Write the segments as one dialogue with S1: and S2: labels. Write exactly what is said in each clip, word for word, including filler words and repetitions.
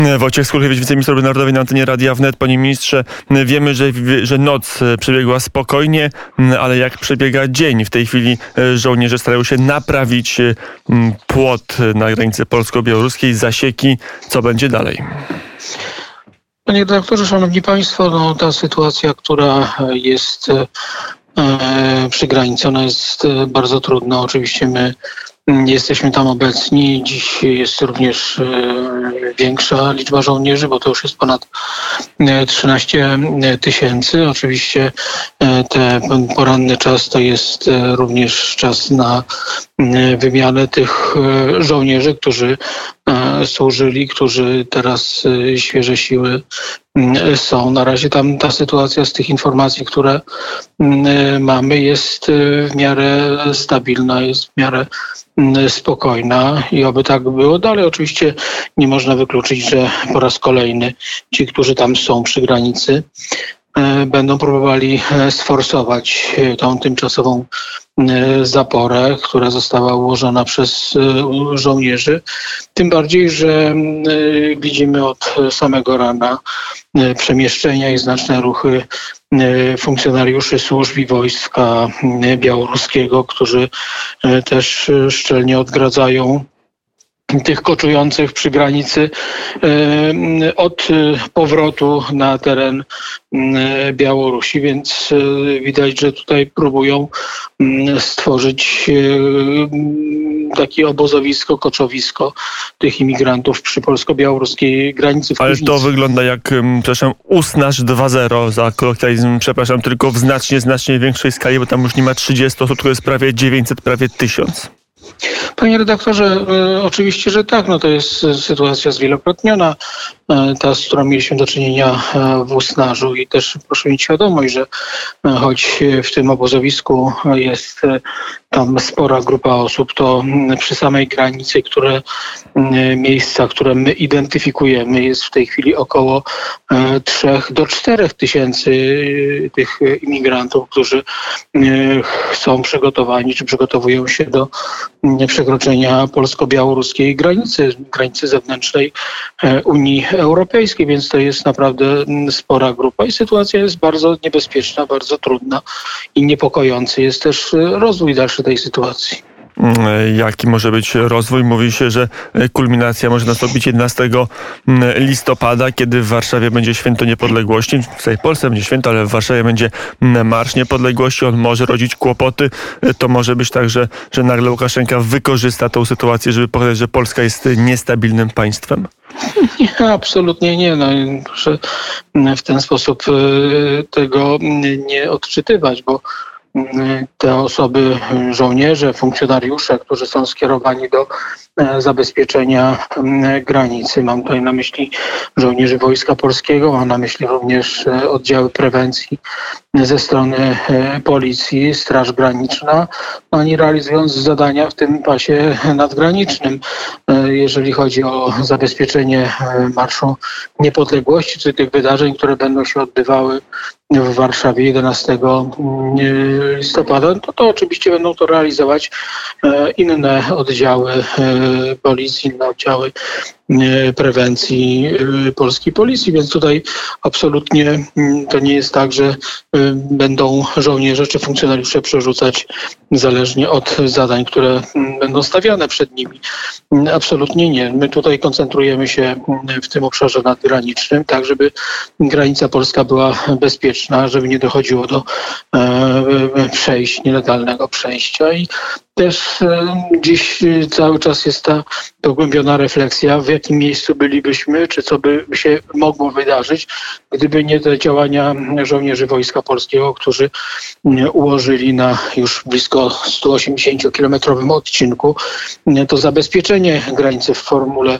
S1: Wojciech Skurkiewicz, wiceminister obrony narodowej na antenie Radia Wnet. Panie ministrze, wiemy, że, że noc przebiegła spokojnie, ale jak przebiega dzień? W tej chwili żołnierze starają się naprawić płot na granicy polsko-białoruskiej, zasieki. Co będzie dalej?
S2: Panie redaktorze, szanowni państwo, no, ta sytuacja, która jest e, przy granicy, ona jest bardzo trudna. Oczywiście my jesteśmy tam obecni. Dziś jest również e, większa liczba żołnierzy, bo to już jest ponad trzynaście tysięcy. Oczywiście e, ten poranny czas to jest e, również czas na e, wymianę tych e, żołnierzy, którzy e, służyli, którzy teraz e, świeże siły e, są. Na razie tam ta sytuacja z tych informacji, które e, mamy, jest e, w miarę stabilna, jest w miarę spokojna i oby tak było. Dalej oczywiście nie można wykluczyć, że po raz kolejny ci, którzy tam są przy granicy, będą próbowali sforsować tą tymczasową zaporę, która została ułożona przez żołnierzy. Tym bardziej, że widzimy od samego rana przemieszczenia i znaczne ruchy funkcjonariuszy służb i wojska białoruskiego, którzy też szczelnie odgradzają tych koczujących przy granicy od powrotu na teren Białorusi, więc widać, że tutaj próbują stworzyć takie obozowisko, koczowisko tych imigrantów przy polsko-białoruskiej granicy.
S1: Ale to wygląda jak, przepraszam, Usnarz dwa zero, za kolokwializm, przepraszam, tylko w znacznie, znacznie większej skali, bo tam już nie ma trzydziestu osób, tylko jest prawie dziewięćset, prawie tysiąc.
S2: Panie redaktorze, y, oczywiście, że tak. No to jest sytuacja zwielokrotniona, y, ta, z którą mieliśmy do czynienia y, w Usnarzu i też proszę mieć świadomość, że y, choć w tym obozowisku jest y, tam spora grupa osób, to y, przy samej granicy, które y, miejsca, które my identyfikujemy, jest w tej chwili około y, trzech do czterech tysięcy y, tych imigrantów, którzy y, są przygotowani, czy przygotowują się do y, przekroczenia polsko-białoruskiej granicy, granicy zewnętrznej Unii Europejskiej, więc to jest naprawdę spora grupa i sytuacja jest bardzo niebezpieczna, bardzo trudna i niepokojący jest też rozwój dalszy tej sytuacji.
S1: Jaki może być rozwój? Mówi się, że kulminacja może nastąpić jedenastego listopada, kiedy w Warszawie będzie Święto Niepodległości. W całej Polsce będzie święto, ale w Warszawie będzie Marsz Niepodległości. On może rodzić kłopoty. To może być tak, że, że nagle Łukaszenka wykorzysta tą sytuację, żeby pokazać, że Polska jest niestabilnym państwem?
S2: Nie, absolutnie nie. No, proszę w ten sposób tego nie odczytywać, bo te osoby, żołnierze, funkcjonariusze, którzy są skierowani do zabezpieczenia granicy. Mam tutaj na myśli żołnierzy Wojska Polskiego, mam na myśli również oddziały prewencji ze strony policji, Straż Graniczna. Oni realizując zadania w tym pasie nadgranicznym. Jeżeli chodzi o zabezpieczenie Marszu Niepodległości, czy tych wydarzeń, które będą się odbywały w Warszawie jedenastego listopada, to, to oczywiście będą to realizować inne oddziały policji, inne oddziały prewencji polskiej policji, więc tutaj absolutnie to nie jest tak, że będą żołnierze czy funkcjonariusze przerzucać zależnie od zadań, które będą stawiane przed nimi. Absolutnie nie. My tutaj koncentrujemy się w tym obszarze nadgranicznym, tak żeby granica polska była bezpieczna, żeby nie dochodziło do przejść, nielegalnego przejścia i też dziś cały czas jest ta pogłębiona refleksja, w jakim miejscu bylibyśmy, czy co by się mogło wydarzyć, gdyby nie te działania żołnierzy Wojska Polskiego, którzy ułożyli na już blisko sto osiemdziesięciokilometrowym odcinku to zabezpieczenie granicy w formule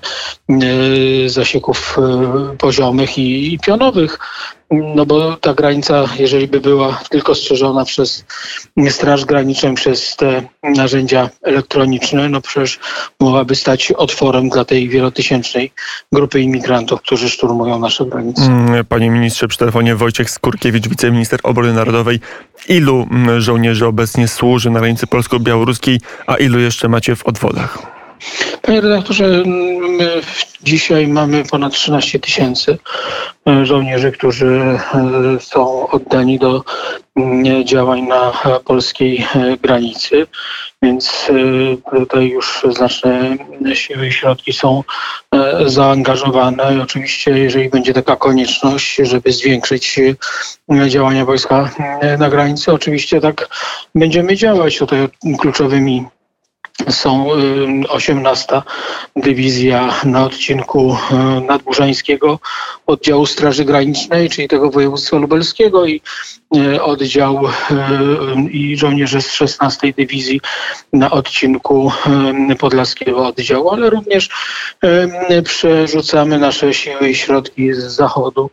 S2: zasieków poziomych i pionowych. No bo ta granica, jeżeli by była tylko strzeżona przez Straż Graniczną, przez te narzędzia elektroniczne, no przecież mogłaby stać otworem dla tej wielotysięcznej grupy imigrantów, którzy szturmują nasze granice.
S1: Panie ministrze, przy telefonie Wojciech Skurkiewicz, wiceminister obrony narodowej. Ilu żołnierzy obecnie służy na granicy polsko-białoruskiej, a ilu jeszcze macie w odwodach?
S2: Panie redaktorze, my dzisiaj mamy ponad trzynaście tysięcy żołnierzy, którzy są oddani do działań na polskiej granicy, więc tutaj już znaczne siły i środki są zaangażowane. I oczywiście, jeżeli będzie taka konieczność, żeby zwiększyć działania wojska na granicy, oczywiście tak będziemy działać. Tutaj kluczowymi są osiemnasta Dywizja na odcinku nadburzańskiego oddziału Straży Granicznej, czyli tego województwa lubelskiego, i oddział i żołnierze z szesnastej Dywizji na odcinku podlaskiego oddziału, ale również przerzucamy nasze siły i środki z zachodu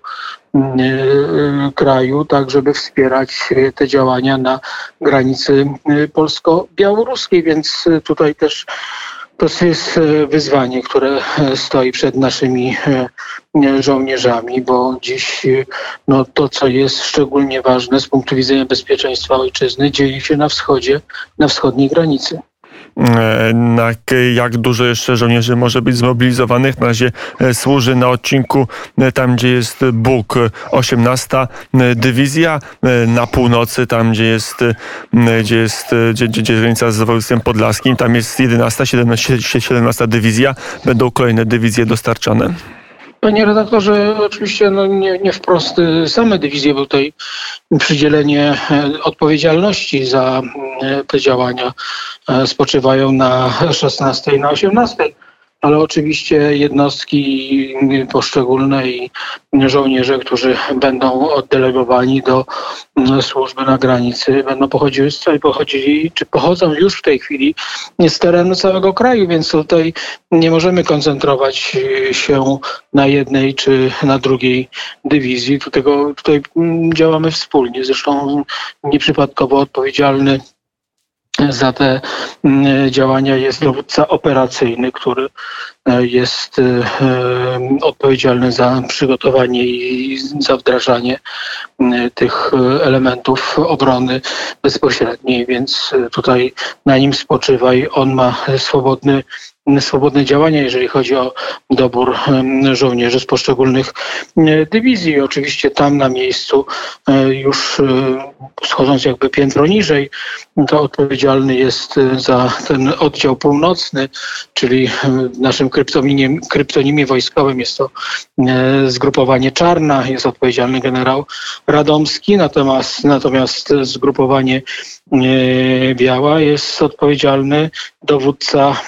S2: kraju, tak żeby wspierać te działania na granicy polsko-białoruskiej, więc tutaj też to jest wyzwanie, które stoi przed naszymi żołnierzami, bo dziś no, to, co jest szczególnie ważne z punktu widzenia bezpieczeństwa ojczyzny, dzieje się na wschodzie, na wschodniej granicy.
S1: Na jak dużo jeszcze żołnierzy może być zmobilizowanych? Na razie służy na odcinku tam, gdzie jest Bóg, osiemnasta Dywizja, na północy, tam gdzie jest, gdzie jest, gdzie, gdzie jest granica z województwem podlaskim, tam jest jedenasta, siedemnasta Dywizja. Będą kolejne dywizje dostarczane.
S2: Panie redaktorze, oczywiście no nie, nie wprost same dywizje, bo tutaj przydzielenie odpowiedzialności za te działania spoczywają na szesnastej i na osiemnastej. Ale oczywiście jednostki poszczególne i żołnierze, którzy będą oddelegowani do służby na granicy, będą pochodziły, pochodzili, czy pochodzą już w tej chwili z terenu całego kraju, więc tutaj nie możemy koncentrować się na jednej czy na drugiej dywizji. Dlatego tutaj działamy wspólnie. Zresztą nieprzypadkowo odpowiedzialny za te działania jest dowódca operacyjny, który jest odpowiedzialny za przygotowanie i za wdrażanie tych elementów obrony bezpośredniej, więc tutaj na nim spoczywa i on ma swobodny swobodne działania, jeżeli chodzi o dobór żołnierzy z poszczególnych dywizji. Oczywiście tam na miejscu, już schodząc jakby piętro niżej, to odpowiedzialny jest za ten oddział północny, czyli w naszym kryptonimie, kryptonimie wojskowym jest to zgrupowanie Czarna, jest odpowiedzialny generał Radomski, natomiast, natomiast zgrupowanie Biała jest odpowiedzialny dowódca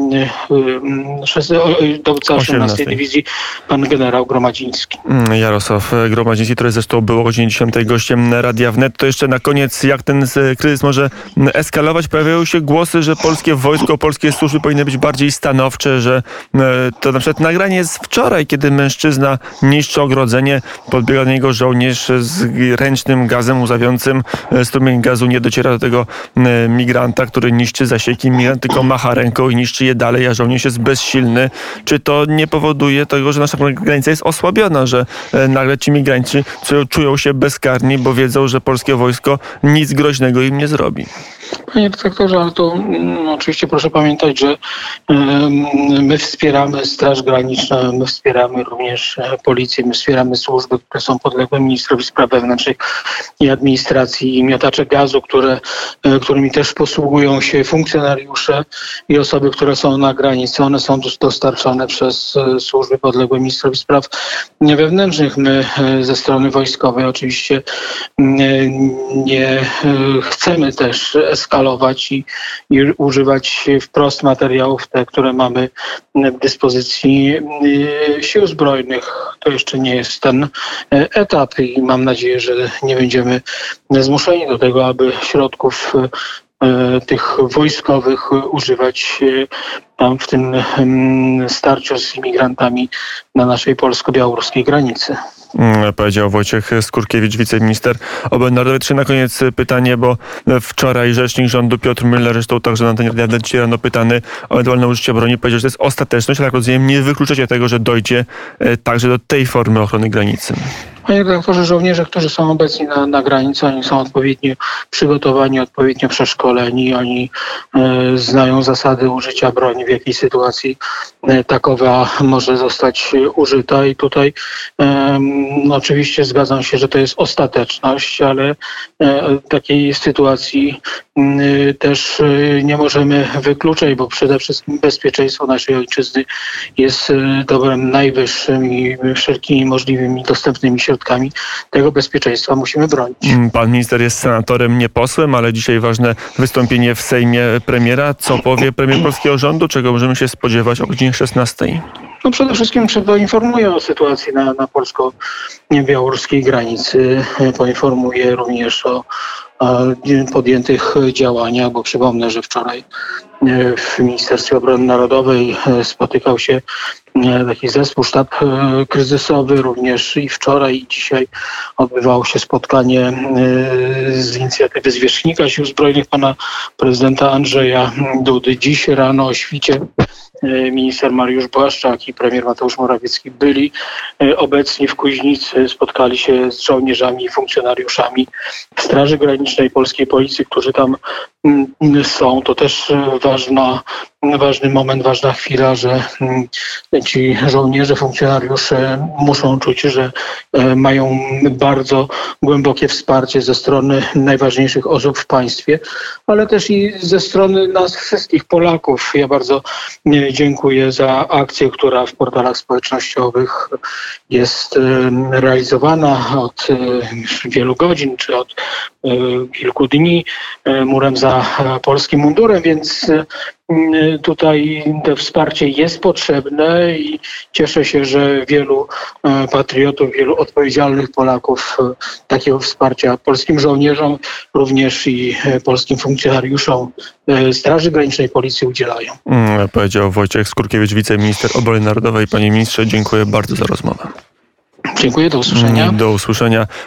S2: dowódca osiemnastej Dywizji, pan generał Gromadziński.
S1: Jarosław Gromadziński, który zresztą był o godzinie dziesiątej gościem Radia Wnet. To jeszcze na koniec, jak ten kryzys może eskalować? Pojawiają się głosy, że polskie wojsko, polskie służby powinny być bardziej stanowcze, że to na przykład nagranie jest wczoraj, kiedy mężczyzna niszczy ogrodzenie, podbiega do niego żołnierz z ręcznym gazem łzawiącym, strumień gazu nie dociera do tego migranta, który niszczy zasieki. Migrant tylko macha ręką i niszczy je dalej, a żołnierz jest bezsilny. Czy to nie powoduje tego, że nasza granica jest osłabiona, że nagle ci migranci czują się bezkarni, bo wiedzą, że polskie wojsko nic groźnego im nie zrobi?
S2: Panie redaktorze, ale to no, oczywiście proszę pamiętać, że y, my wspieramy Straż Graniczną, my wspieramy również policję, my wspieramy służby, które są podległe ministrowi spraw wewnętrznych i administracji, i miotacze gazu, które, y, którymi też posługują się funkcjonariusze i osoby, które są na granicy. One są dostarczane przez y, służby podległe ministrowi spraw wewnętrznych. My y, ze strony wojskowej oczywiście y, nie y, chcemy też eskalować i, i używać wprost materiałów, te, które mamy w dyspozycji sił zbrojnych. To jeszcze nie jest ten etap i mam nadzieję, że nie będziemy zmuszeni do tego, aby środków tych wojskowych używać tam w tym starciu z imigrantami na naszej polsko-białoruskiej granicy.
S1: Powiedział Wojciech Skurkiewicz, wiceminister obrony narodowej. Jeszcze na koniec pytanie, bo wczoraj rzecznik rządu Piotr Müller, zresztą także na ten radia dzisiaj rano pytany o ewentualne użycie broni, powiedział, że to jest ostateczność, ale jak rozumiem, nie wykluczacie tego, że dojdzie także do tej formy ochrony granicy.
S2: Panie redaktorze, żołnierze, którzy są obecni na, na granicy, oni są odpowiednio przygotowani, odpowiednio przeszkoleni, oni e, znają zasady użycia broni, w jakiej sytuacji e, takowa może zostać użyta i tutaj e, no, oczywiście zgadzam się, że to jest ostateczność, ale e, takiej sytuacji e, też e, nie możemy wykluczać, bo przede wszystkim bezpieczeństwo naszej ojczyzny jest e, dobrem najwyższym i wszelkimi możliwymi dostępnymi środkami tego bezpieczeństwa musimy bronić.
S1: Pan minister jest senatorem, nie posłem, ale dzisiaj ważne wystąpienie w Sejmie premiera. Co powie premier polskiego rządu? Czego możemy się spodziewać o godzinie szesnastej?
S2: No przede wszystkim poinformuję o sytuacji na, na polsko-białoruskiej granicy. Poinformuję również o, o podjętych działaniach, bo przypomnę, że wczoraj w Ministerstwie Obrony Narodowej spotykał się taki zespół, sztab kryzysowy, również i wczoraj i dzisiaj odbywało się spotkanie z inicjatywy Zwierzchnika Sił Zbrojnych pana prezydenta Andrzeja Dudy. Dziś rano o świcie minister Mariusz Błaszczak i premier Mateusz Morawiecki byli obecni w Kuźnicy, spotkali się z żołnierzami i funkcjonariuszami Straży Granicznej, Polskiej Policji, którzy tam są. To też ważna, ważny moment, ważna chwila, że ci żołnierze, funkcjonariusze muszą czuć, że mają bardzo głębokie wsparcie ze strony najważniejszych osób w państwie, ale też i ze strony nas wszystkich Polaków. Ja bardzo dziękuję za akcję, która w portalach społecznościowych jest realizowana od wielu godzin czy od kilku dni murem za polskim mundurem, więc tutaj to wsparcie jest potrzebne i cieszę się, że wielu patriotów, wielu odpowiedzialnych Polaków takiego wsparcia polskim żołnierzom, również i polskim funkcjonariuszom Straży Granicznej, Policji udzielają.
S1: Mm, powiedział Wojciech Skurkiewicz, wiceminister obrony narodowej. Panie ministrze, dziękuję bardzo za rozmowę.
S2: Dziękuję, do usłyszenia.
S1: Do usłyszenia.